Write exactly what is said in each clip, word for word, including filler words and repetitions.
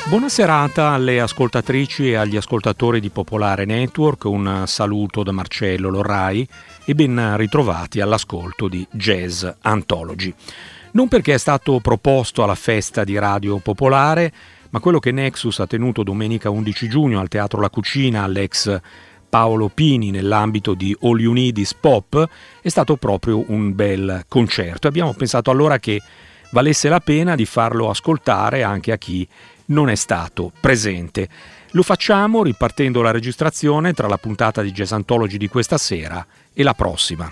Buona serata alle ascoltatrici e agli ascoltatori di Popolare Network, un saluto da Marcello Lorrai e ben ritrovati all'ascolto di Jazz Anthology. Non perché è stato proposto alla festa di Radio Popolare, ma quello che Nexus ha tenuto domenica undici giugno al Teatro La Cucina all'ex Paolo Pini nell'ambito di All You Need Is Pop è stato proprio un bel concerto. Abbiamo pensato allora che valesse la pena di farlo ascoltare anche a chi non è stato presente. Lo facciamo ripartendo la registrazione tra la puntata di Jazz Anthology di questa sera e la prossima.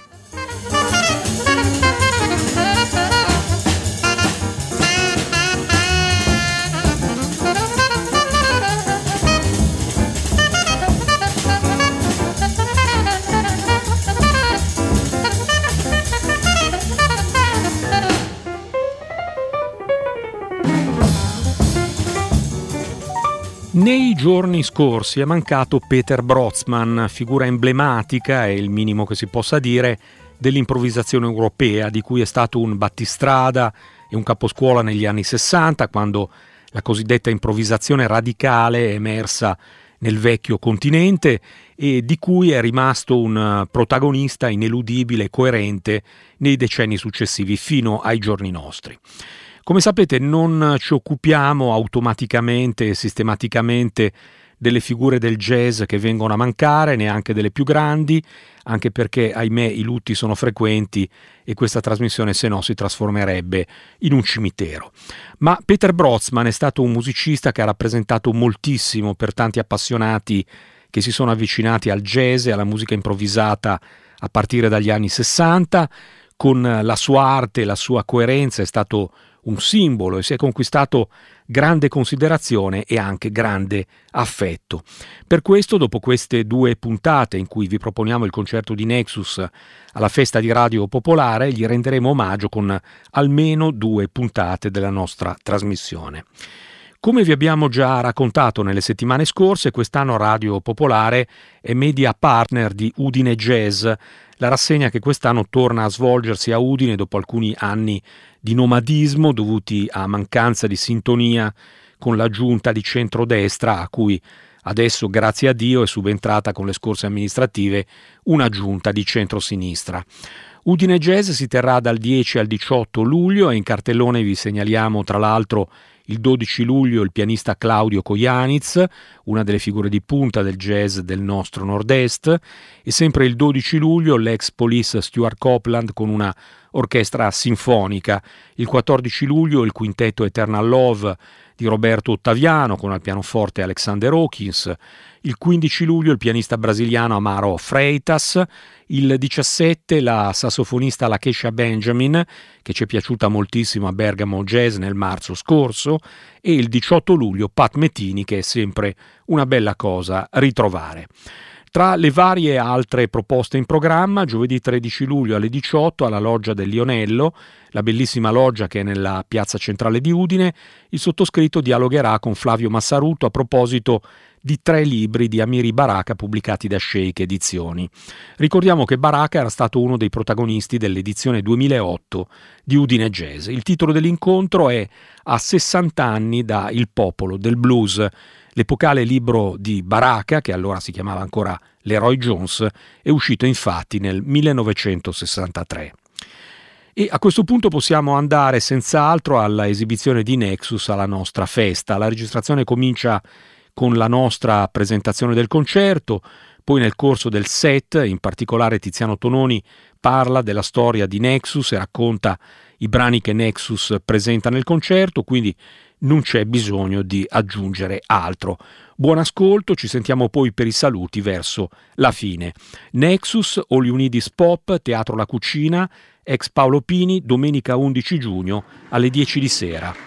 Nei giorni scorsi è mancato Peter Brötzmann, figura emblematica, è il minimo che si possa dire, dell'improvvisazione europea, di cui è stato un battistrada e un caposcuola negli anni sessanta, quando la cosiddetta improvvisazione radicale è emersa nel vecchio continente e di cui è rimasto un protagonista ineludibile e coerente nei decenni successivi fino ai giorni nostri. Come sapete, non ci occupiamo automaticamente e sistematicamente delle figure del jazz che vengono a mancare, neanche delle più grandi, anche perché, ahimè, i lutti sono frequenti e questa trasmissione se no si trasformerebbe in un cimitero. Ma Peter Brötzmann è stato un musicista che ha rappresentato moltissimo per tanti appassionati che si sono avvicinati al jazz e alla musica improvvisata a partire dagli anni sessanta. Con la sua arte e la sua coerenza è stato un simbolo e si è conquistato grande considerazione e anche grande affetto. Per questo, dopo queste due puntate in cui vi proponiamo il concerto di Nexus alla festa di Radio Popolare, gli renderemo omaggio con almeno due puntate della nostra trasmissione. Come vi abbiamo già raccontato nelle settimane scorse, quest'anno Radio Popolare è media partner di Udine Jazz, la rassegna che quest'anno torna a svolgersi a Udine dopo alcuni anni di nomadismo dovuti a mancanza di sintonia con la giunta di centrodestra a cui adesso, grazie a Dio, è subentrata con le scorse amministrative una giunta di centrosinistra. Udine Jazz si terrà dal dieci al diciotto luglio e in cartellone vi segnaliamo tra l'altro il dodici luglio il pianista Claudio Kojanitz, una delle figure di punta del jazz del nostro nord-est, e sempre il dodici luglio l'ex Police Stuart Copeland con una orchestra sinfonica. Il quattordici luglio il quintetto Eternal Love di Roberto Ottaviano con al pianoforte Alexander Hawkins. Il quindici luglio il pianista brasiliano Amaro Freitas. Il diciassette la sassofonista Lakeisha Benjamin, che ci è piaciuta moltissimo a Bergamo Jazz nel marzo scorso, e il diciotto luglio Pat Metini, che è sempre una bella cosa ritrovare. Tra le varie altre proposte in programma, giovedì tredici luglio alle diciotto alla Loggia del Lionello, la bellissima loggia che è nella piazza centrale di Udine, il sottoscritto dialogherà con Flavio Massaruto a proposito di tre libri di Amiri Baraka pubblicati da Sheikh Edizioni. Ricordiamo che Baraka era stato uno dei protagonisti dell'edizione duemilaotto di Udine Jazz. Il titolo dell'incontro è A sessanta anni da Il popolo del blues. L'epocale libro di Baraka, che allora si chiamava ancora Leroy Jones, è uscito infatti nel millenovecentosessantatré. E a questo punto possiamo andare senz'altro alla esibizione di Nexus alla nostra festa. La registrazione comincia con la nostra presentazione del concerto, poi nel corso del set, in particolare Tiziano Tononi parla della storia di Nexus e racconta i brani che Nexus presenta nel concerto, quindi non c'è bisogno di aggiungere altro. Buon ascolto, ci sentiamo poi per i saluti verso la fine. Nexus, All You Need Is Pop, Teatro La Cucina, ex Paolo Pini, domenica undici giugno alle dieci di sera.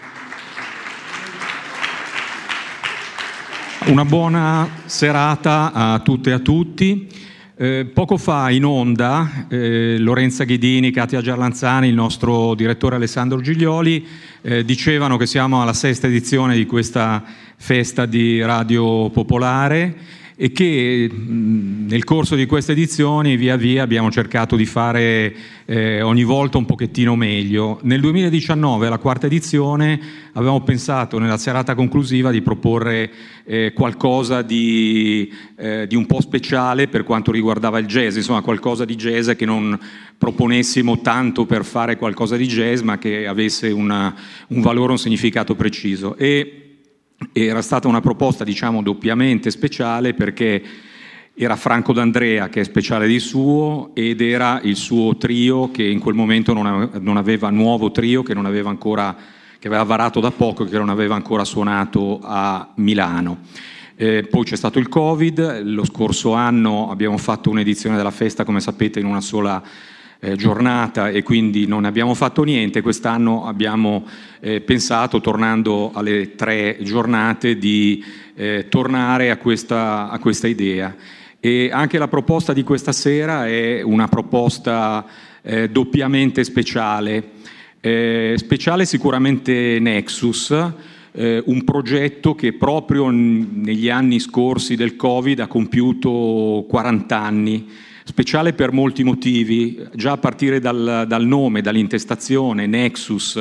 Una buona serata a tutte e a tutti. Eh, poco fa in onda eh, Lorenza Ghidini, Katia Gerlanzani, il nostro direttore Alessandro Giglioli eh, dicevano che siamo alla sesta edizione di questa festa di Radio Popolare e che mh, nel corso di queste edizioni via via abbiamo cercato di fare eh, ogni volta un pochettino meglio. Nel duemiladiciannove, alla quarta edizione, avevamo pensato nella serata conclusiva di proporre eh, qualcosa di, eh, di un po' speciale per quanto riguardava il jazz, insomma qualcosa di jazz che non proponessimo tanto per fare qualcosa di jazz, ma che avesse una, un valore, un significato preciso. E era stata una proposta, diciamo, doppiamente speciale, perché era Franco D'Andrea, che è speciale di suo, ed era il suo trio, che in quel momento non aveva, non aveva nuovo trio, che non aveva ancora, che aveva varato da poco, che non aveva ancora suonato a Milano. Eh, poi c'è stato il Covid, lo scorso anno abbiamo fatto un'edizione della festa, come sapete, in una sola Eh, giornata, e quindi non abbiamo fatto niente. Quest'anno abbiamo eh, pensato, tornando alle tre giornate, di eh, tornare a questa, a questa idea. E anche la proposta di questa sera è una proposta eh, doppiamente speciale. Eh, speciale sicuramente Nexus, eh, un progetto che proprio negli anni scorsi del Covid ha compiuto quaranta anni. Speciale per molti motivi, già a partire dal, dal nome, dall'intestazione, Nexus,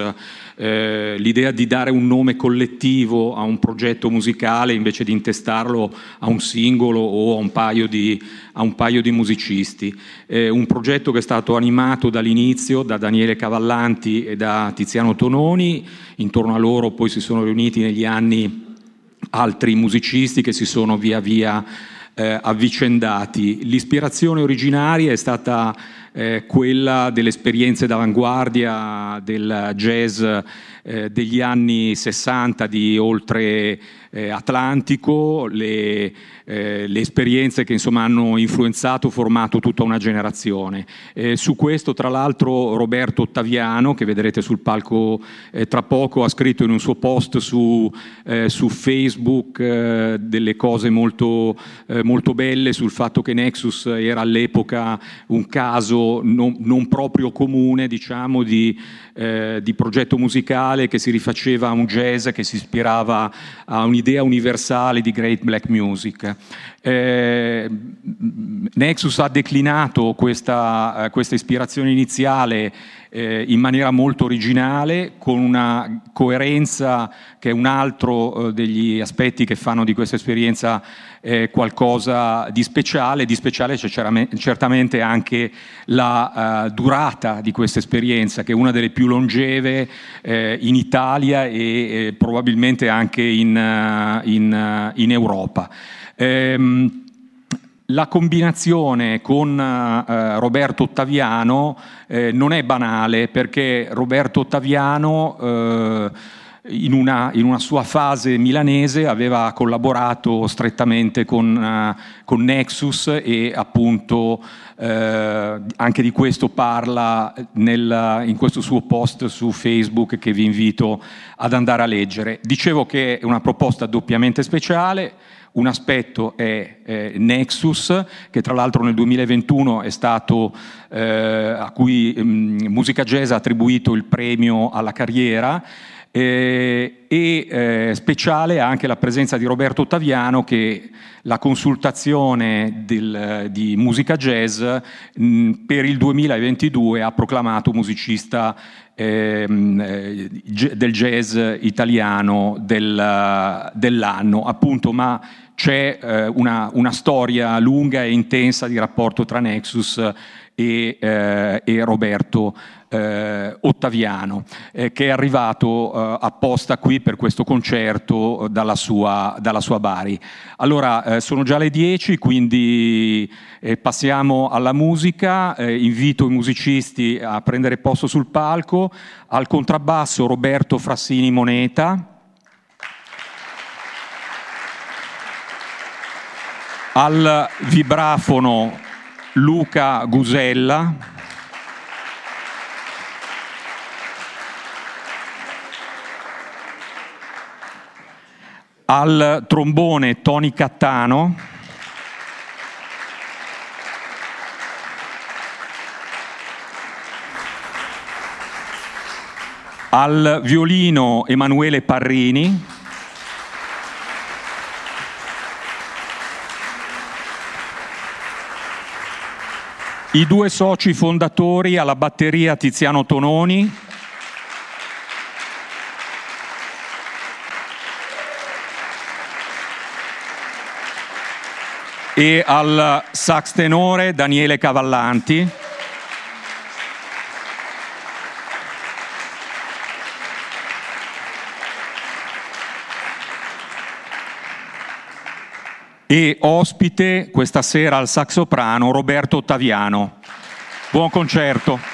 eh, l'idea di dare un nome collettivo a un progetto musicale invece di intestarlo a un singolo o a un paio di, a un paio di musicisti. Eh, un progetto che è stato animato dall'inizio da Daniele Cavallanti e da Tiziano Tononi. Intorno a loro poi si sono riuniti negli anni altri musicisti che si sono via via Eh, avvicendati. L'ispirazione originaria è stata eh, quella delle esperienze d'avanguardia del jazz eh, degli anni sessanta di oltre eh, Atlantico, le, eh, le esperienze che insomma hanno influenzato, formato tutta una generazione. Eh, su questo, tra l'altro, Roberto Ottaviano, che vedrete sul palco eh, tra poco, ha scritto in un suo post su, eh, su Facebook eh, delle cose molto, eh, molto belle sul fatto che Nexus era all'epoca un caso non, non proprio comune, diciamo, di, eh, di progetto musicale che si rifaceva a un jazz che si ispirava a un'idea universale di great black music. Eh, Nexus ha declinato questa, questa ispirazione iniziale eh, in maniera molto originale, con una coerenza che è un altro eh, degli aspetti che fanno di questa esperienza eh, qualcosa di speciale. Di speciale c'è certamente anche la uh, durata di questa esperienza, che è una delle più longeve eh, in Italia e eh, probabilmente anche in, uh, in, uh, in Europa. Ehm, La combinazione con eh, Roberto Ottaviano eh, non è banale, perché Roberto Ottaviano eh, in, una, in una sua fase milanese aveva collaborato strettamente con, uh, con Nexus, e appunto eh, anche di questo parla nel, in questo suo post su Facebook, che vi invito ad andare a leggere. Dicevo che è una proposta doppiamente speciale. Un aspetto è eh, Nexus, che tra l'altro nel duemilaventuno è stato, eh, a cui mh, Musica Jazz ha attribuito il premio alla carriera, eh, e eh, speciale anche la presenza di Roberto Ottaviano, che la consultazione del, di Musica Jazz mh, per il duemilaventidue ha proclamato musicista Ehm, eh, del jazz italiano del, dell'anno, appunto. Ma c'è eh, una, una storia lunga e intensa di rapporto tra Nexus e, eh, e Roberto eh, Ottaviano, eh, che è arrivato eh, apposta qui per questo concerto eh, dalla, sua, dalla sua Bari. Allora, eh, sono già le dieci, quindi eh, passiamo alla musica. Eh, invito i musicisti a prendere posto sul palco. Al contrabbasso Roberto Frassini Moneta, al vibrafono Luca Gusella, al trombone Tony Cattano, al violino Emanuele Parrini, i due soci fondatori alla batteria Tiziano Tononi, e al sax tenore Daniele Cavallanti. E ospite questa sera al sax soprano Roberto Ottaviano. Buon concerto.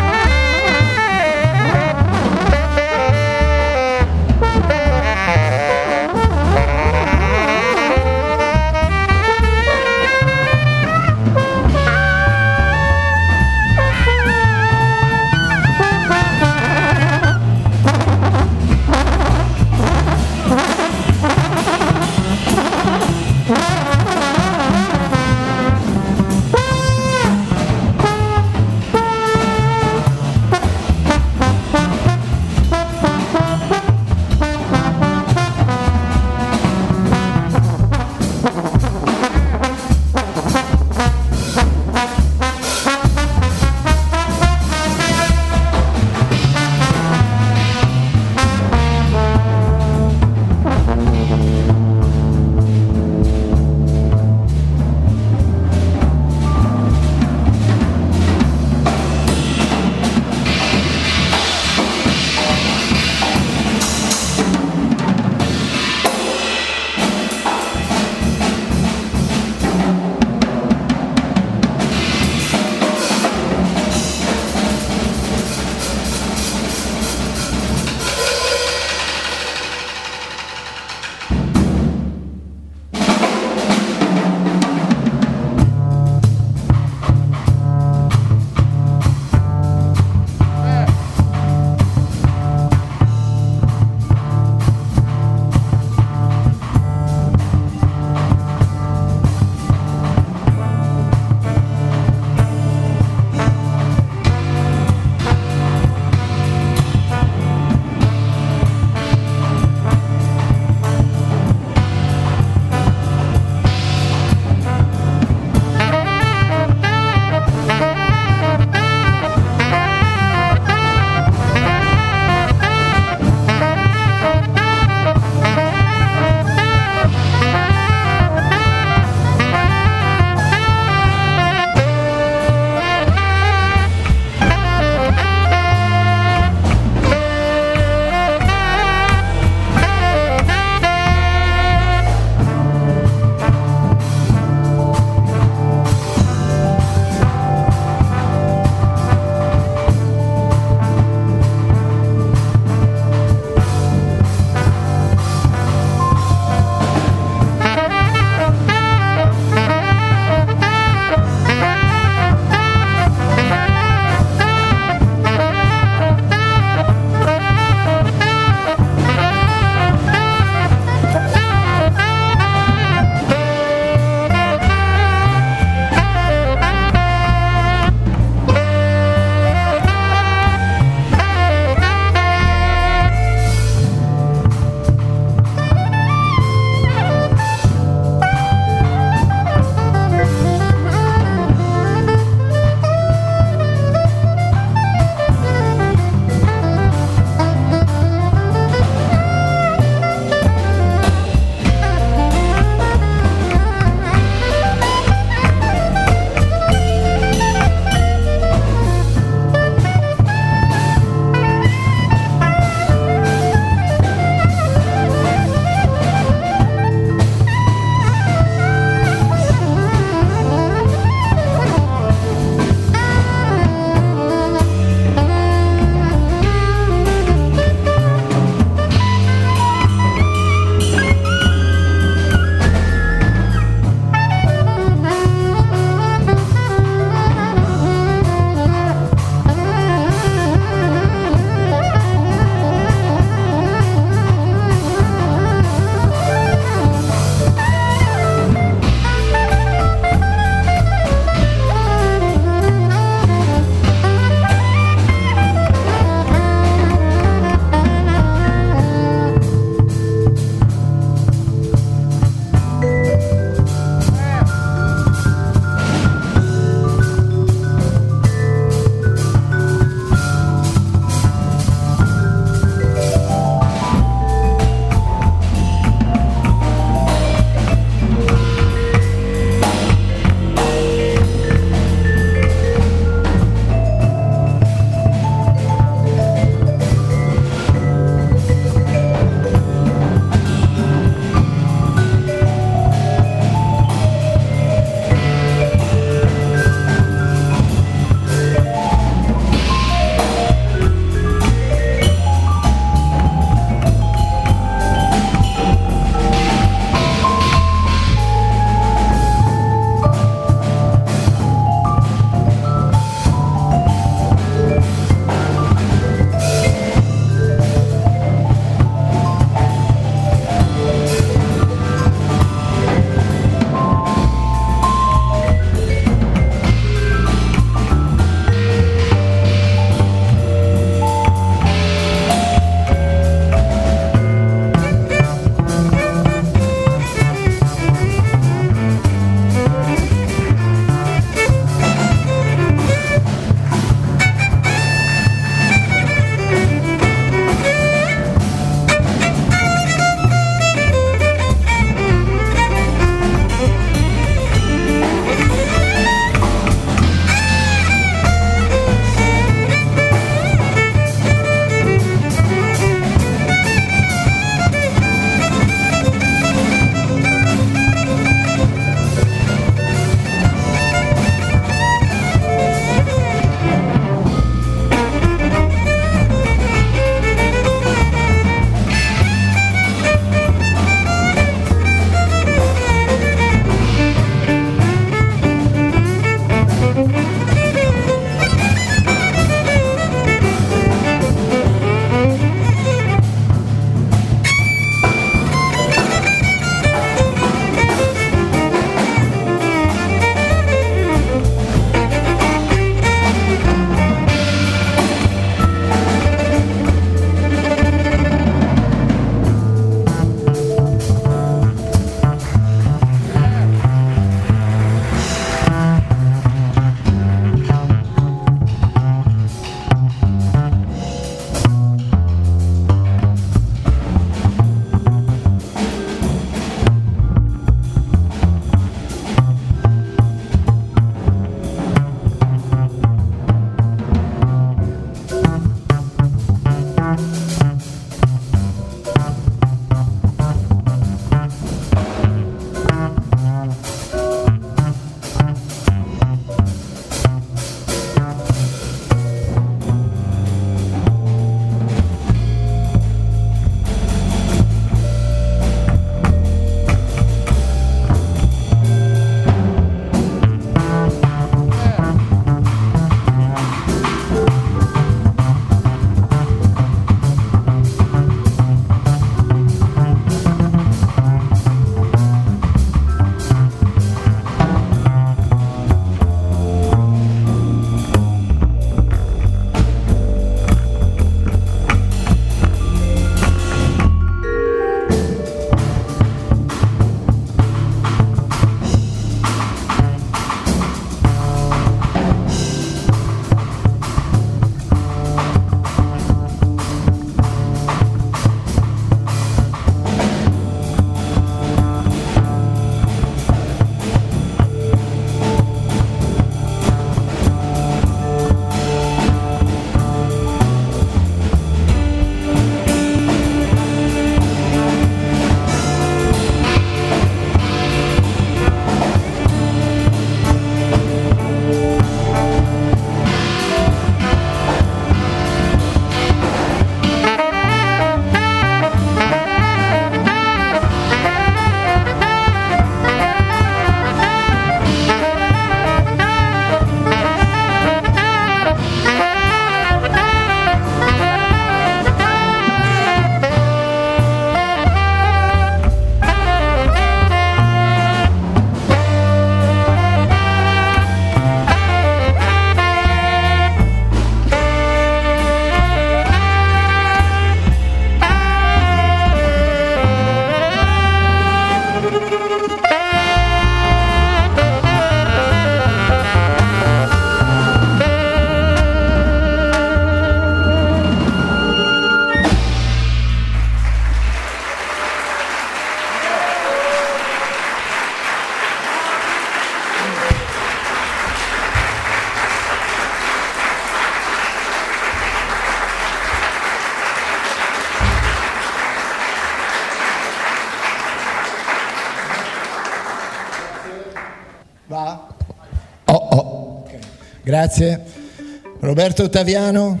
Grazie. Roberto Ottaviano.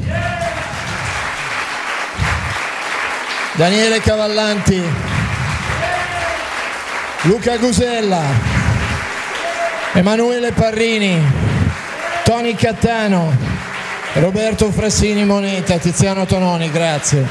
Daniele Cavallanti. Luca Gusella. Emanuele Parrini. Tony Cattano. Roberto Frassini Moneta. Tiziano Tononi, grazie.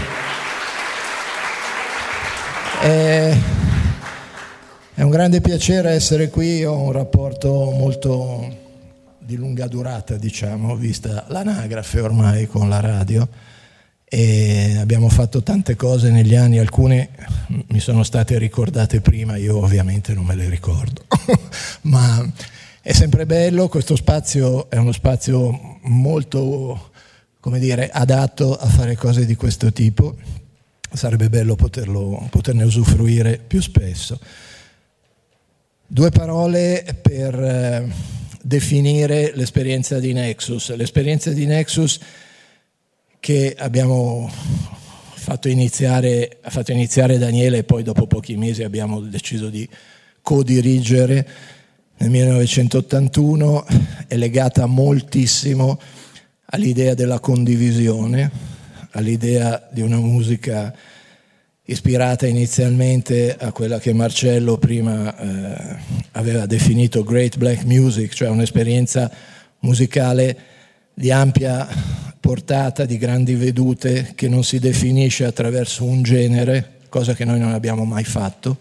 Eh, è un grande piacere essere qui. Ho un rapporto molto di lunga durata, diciamo, vista l'anagrafe ormai con la radio, e abbiamo fatto tante cose negli anni, alcune mi sono state ricordate prima, io ovviamente non me le ricordo ma è sempre bello. Questo spazio è uno spazio molto, come dire, adatto a fare cose di questo tipo, sarebbe bello poterlo, poterne usufruire più spesso. Due parole per eh, definire l'esperienza di Nexus. L'esperienza di Nexus che abbiamo fatto iniziare, ha fatto iniziare Daniele, e poi dopo pochi mesi abbiamo deciso di co-dirigere nel millenovecentottantuno, è legata moltissimo all'idea della condivisione, all'idea di una musica ispirata inizialmente a quella che Marcello prima eh, aveva definito Great Black Music, cioè un'esperienza musicale di ampia portata, di grandi vedute, che non si definisce attraverso un genere, cosa che noi non abbiamo mai fatto,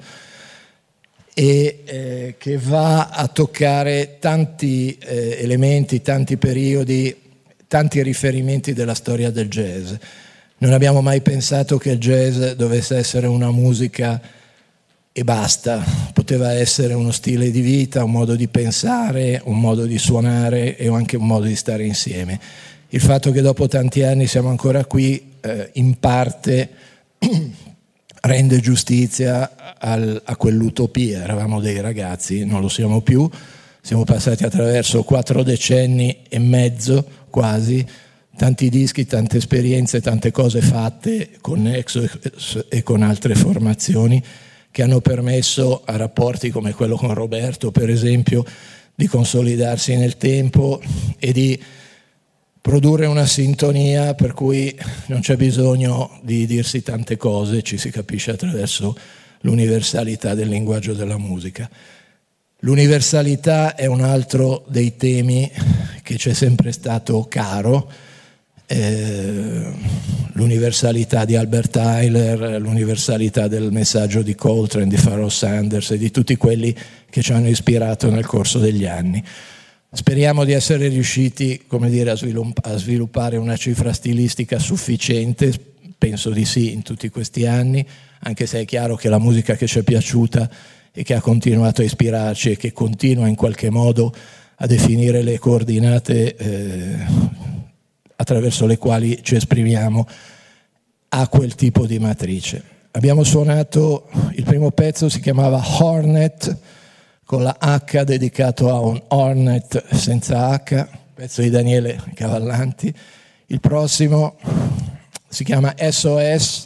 e eh, che va a toccare tanti eh, elementi, tanti periodi, tanti riferimenti della storia del jazz. Non abbiamo mai pensato che il jazz dovesse essere una musica e basta, poteva essere uno stile di vita, un modo di pensare, un modo di suonare e anche un modo di stare insieme. Il fatto che dopo tanti anni siamo ancora qui eh, in parte rende giustizia al, a quell'utopia. Eravamo dei ragazzi, non lo siamo più, siamo passati attraverso quattro decenni e mezzo quasi, tanti dischi, tante esperienze, tante cose fatte con Nexus e con altre formazioni che hanno permesso a rapporti come quello con Roberto, per esempio, di consolidarsi nel tempo e di produrre una sintonia per cui non c'è bisogno di dirsi tante cose, ci si capisce attraverso l'universalità del linguaggio della musica. L'universalità è un altro dei temi che ci è sempre stato caro, eh, l'universalità di Albert Tyler, l'universalità del messaggio di Coltrane, di Pharoah Sanders e di tutti quelli che ci hanno ispirato nel corso degli anni. Speriamo di essere riusciti, come dire, a, svilupp- a sviluppare una cifra stilistica sufficiente, penso di sì, in tutti questi anni, anche se è chiaro che la musica che ci è piaciuta e che ha continuato a ispirarci e che continua in qualche modo a definire le coordinate eh, attraverso le quali ci esprimiamo, ha quel tipo di matrice. Abbiamo suonato, il primo pezzo si chiamava Hornet, con la H dedicato a un Hornet senza H, pezzo di Daniele Cavallanti. Il prossimo si chiama S O S.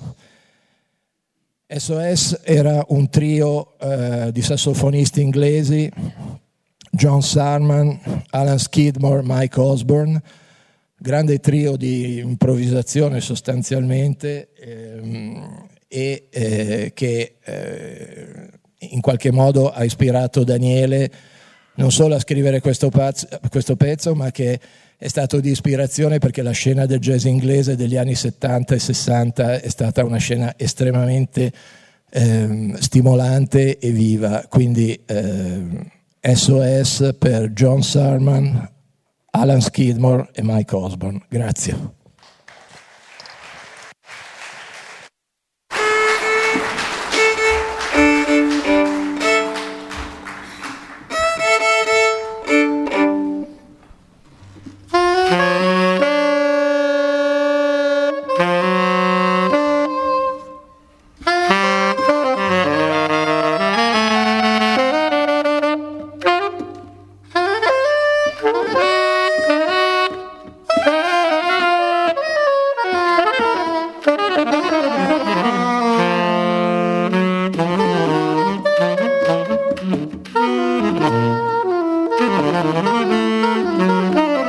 S O S era un trio eh, di sassofonisti inglesi, John Sarman, Alan Skidmore, Mike Osborne, grande trio di improvvisazione sostanzialmente, ehm, e eh, che eh, in qualche modo ha ispirato Daniele non solo a scrivere questo pezzo, questo pezzo, ma che è stato di ispirazione perché la scena del jazz inglese degli anni settanta e sessanta è stata una scena estremamente eh, stimolante e viva. Quindi eh, S O S per John Sarman, Alan Skidmore e Mike Osborne. Grazie. Thank you.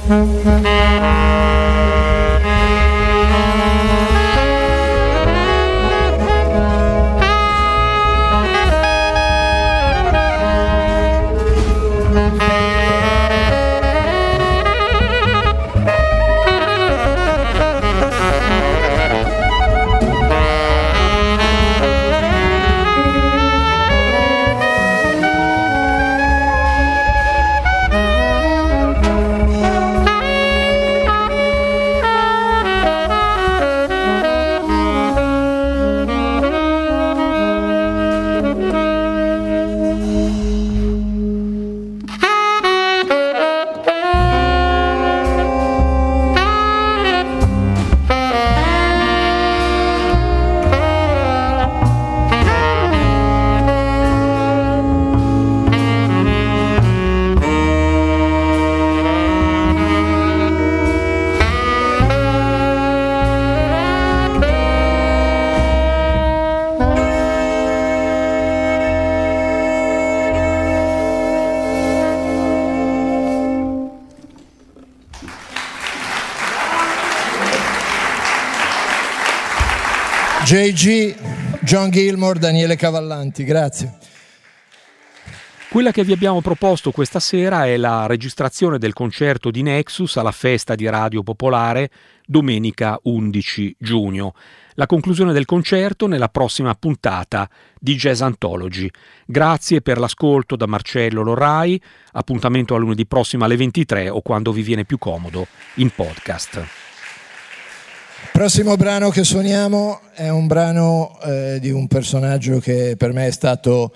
J G, John Gilmore, Daniele Cavallanti, grazie. Quella che vi abbiamo proposto questa sera è la registrazione del concerto di Nexus alla festa di Radio Popolare domenica undici giugno. La conclusione del concerto nella prossima puntata di Jazz Anthology. Grazie per l'ascolto da Marcello Lorrai, appuntamento a lunedì prossimo alle ventitré o quando vi viene più comodo in podcast. Il prossimo brano che suoniamo è un brano eh, di un personaggio che per me è stato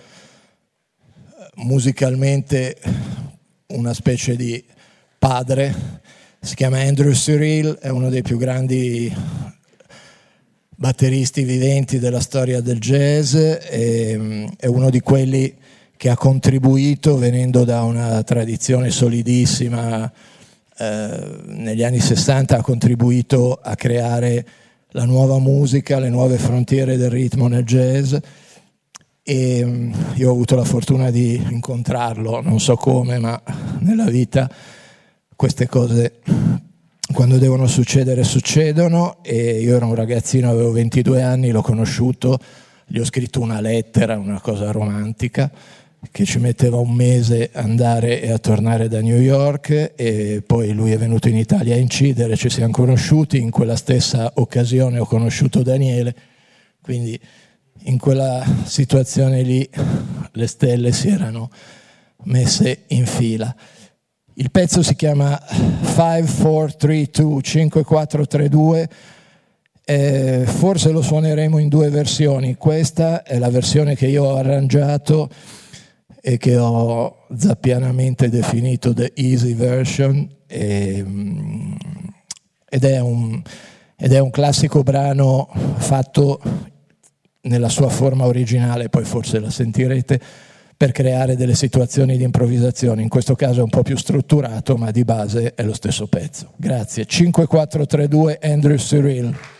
musicalmente una specie di padre. Si chiama Andrew Cyrille, è uno dei più grandi batteristi viventi della storia del jazz, e, è uno di quelli che ha contribuito, venendo da una tradizione solidissima, eh, negli anni sessanta ha contribuito a creare la nuova musica, le nuove frontiere del ritmo nel jazz. E io ho avuto la fortuna di incontrarlo, non so come, ma nella vita queste cose quando devono succedere succedono, e io ero un ragazzino, avevo ventidue anni, l'ho conosciuto, gli ho scritto una lettera, una cosa romantica, che ci metteva un mese andare e a tornare da New York, e poi lui è venuto in Italia a incidere, ci siamo conosciuti, in quella stessa occasione ho conosciuto Daniele, quindi in quella situazione lì le stelle si erano messe in fila. Il pezzo si chiama cinque quattro tre due, cinque quattro tre due, eh, forse lo suoneremo in due versioni. Questa è la versione che io ho arrangiato e che ho zappianamente definito the easy version, e, ed, è un, ed è un classico brano fatto nella sua forma originale, poi forse la sentirete, per creare delle situazioni di improvvisazione. In questo caso è un po' più strutturato, ma di base è lo stesso pezzo. Grazie. cinque quattro tre due, Andrew Cyrille.